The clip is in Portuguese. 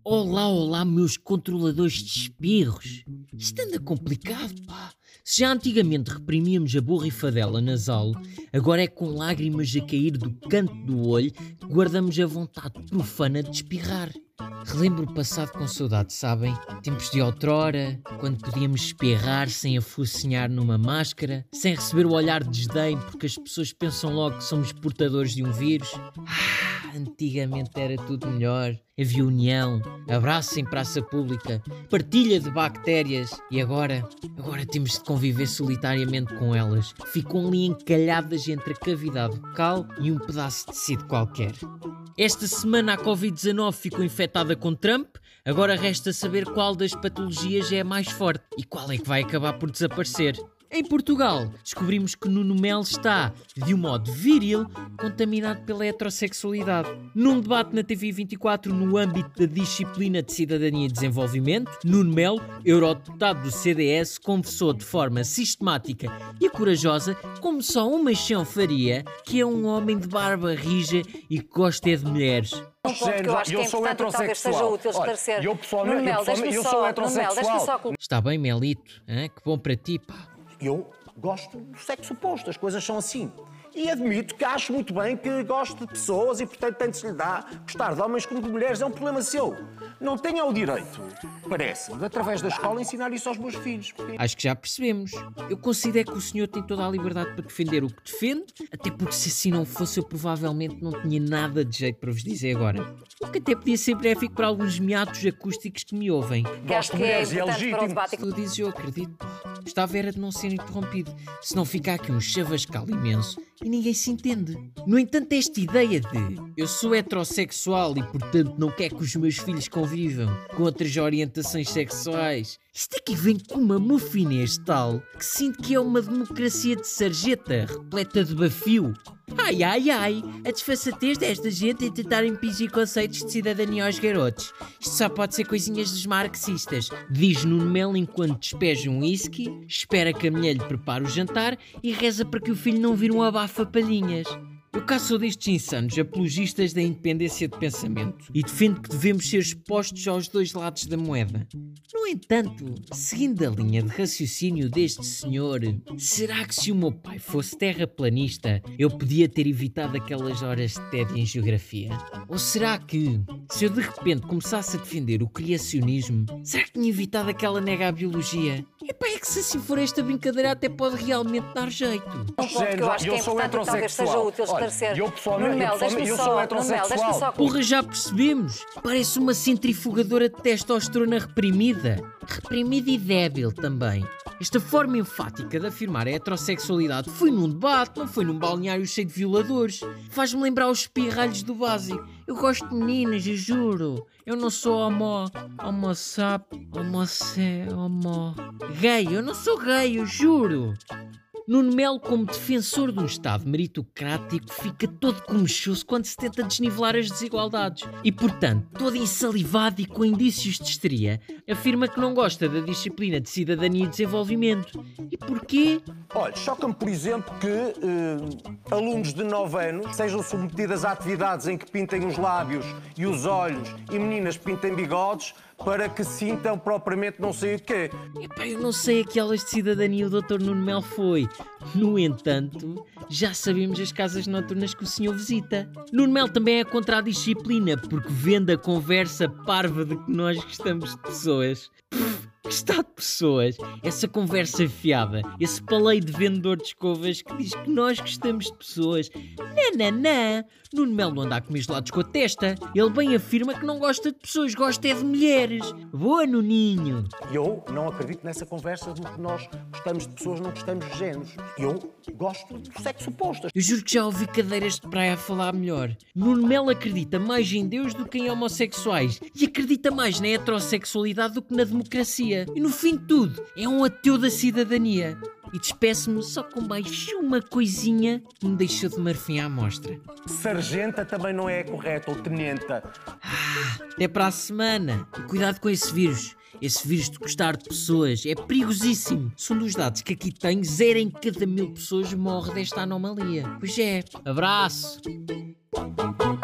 Olá, olá, meus controladores de espirros. Isto anda complicado, pá. Se já antigamente reprimíamos a borrifadela nasal, agora é com lágrimas a cair do canto do olho que guardamos a vontade profana de espirrar. Relembro o passado com saudade, sabem? Tempos de outrora, quando podíamos espirrar sem afocinhar numa máscara, sem receber o olhar de desdém porque as pessoas pensam logo que somos portadores de um vírus. Antigamente era tudo melhor. Havia união, abraço em praça pública, partilha de bactérias. E agora temos de conviver solitariamente com elas. Ficam ali encalhadas entre a cavidade bucal e um pedaço de tecido qualquer. Esta semana a Covid-19 ficou infectada com Trump. Agora resta saber qual das patologias é a mais forte e qual é que vai acabar por desaparecer. Em Portugal, descobrimos que Nuno Melo está, de um modo viril, contaminado pela heterossexualidade. Num debate na TV24 no âmbito da disciplina de Cidadania e Desenvolvimento, Nuno Melo, eurodeputado do CDS, confessou de forma sistemática e corajosa, como só um machão faria, que é um homem de barba rija e que gosta de mulheres. Um ponto que eu acho que é importante e talvez seja útil esclarecer. Eu sou heterossexual. Está bem, Melito? Que bom para ti, pá. Eu gosto do sexo oposto, as coisas são assim. E admito que acho muito bem que gosto de pessoas e, portanto, tem de se lhe dar gostar de homens como de mulheres. É um problema seu. Não tenho o direito, parece-me, através da escola, ensinar isso aos meus filhos. Acho que já percebemos. Eu considero que o senhor tem toda a liberdade para defender o que defende, até porque se assim não fosse, eu provavelmente não tinha nada de jeito para vos dizer agora. O que até podia ser benéfico para alguns meatos acústicos que me ouvem. Gosto de mulheres e é legítimo. Se tu dizes, eu acredito. Gostava era de não ser interrompido, senão fica aqui um chavascal imenso e ninguém se entende. No entanto, esta ideia de eu sou heterossexual e, portanto, não quero que os meus filhos convivam com outras orientações sexuais, isto aqui vem com uma mofinez tal que sinto que é uma democracia de sarjeta, repleta de bafio. Ai, ai, ai, a desfaçatez desta gente em tentar impingir conceitos de cidadania aos garotos. Isto só pode ser coisinhas dos marxistas, diz Nuno Melo enquanto despeja um whisky, espera que a mulher lhe prepare o jantar e reza para que o filho não vire um abafa-palhinhas. Eu cá sou destes insanos apologistas da independência de pensamento e defendo que devemos ser expostos aos dois lados da moeda. No entanto, seguindo a linha de raciocínio deste senhor, será que se o meu pai fosse terraplanista, eu podia ter evitado aquelas horas de tédio em geografia? Ou será que, se eu de repente começasse a defender o criacionismo, será que tinha evitado aquela nega à biologia? Epá, é que se assim for esta brincadeira até pode realmente dar jeito. Um ponto que eu acho que é importante e talvez seja útil esclarecer. Eu sou heterossexual. Porra, já percebemos. Parece uma centrifugadora de testosterona reprimida. Reprimida e débil também. Esta forma enfática de afirmar a heterossexualidade foi num debate, não foi num balneário cheio de violadores. Faz-me lembrar os espirralhos do básico. Eu gosto de meninas, eu juro. Eu não sou gay. Eu não sou gay, eu juro. Nuno Melo, como defensor de um Estado meritocrático, fica todo comichoso quando se tenta desnivelar as desigualdades. E, portanto, todo ensalivado e com indícios de histeria, afirma que não gosta da disciplina de Cidadania e Desenvolvimento. E porquê? Olha, choca-me, por exemplo, que alunos de 9 anos sejam submetidos a atividades em que pintem os lábios e os olhos e meninas pintem bigodes para que sintam propriamente não sei o quê. Epá, eu não sei aquelas de cidadania o Dr. Nuno Melo foi. No entanto, já sabemos as casas noturnas que o senhor visita. Nuno Melo também é contra a disciplina, porque vende a conversa parva de que nós gostamos de pessoas. Que está de pessoas? Essa conversa fiada, esse paleio de vendedor de escovas que diz que nós gostamos de pessoas. Não. Nuno Melo não anda a comer gelados com a testa. Ele bem afirma que não gosta de pessoas, gosta é de mulheres. Boa, Nuninho. Eu não acredito nessa conversa de que nós gostamos de pessoas, não gostamos de géneros. Eu gosto do sexo oposto. Eu juro que já ouvi cadeiras de praia a falar melhor. Nuno Melo acredita mais em Deus do que em homossexuais e acredita mais na heterossexualidade do que na democracia. E no fim de tudo, é um ateu da cidadania. E despeço-me só com mais uma coisinha que me deixou de marfim à amostra. Sargenta também não é correto, ou tenenta. Até para a semana. E cuidado com esse vírus. Esse vírus de gostar de pessoas é perigosíssimo. Segundo os dados que aqui tenho, 0 em cada 1000 pessoas morre desta anomalia. Pois é. Abraço.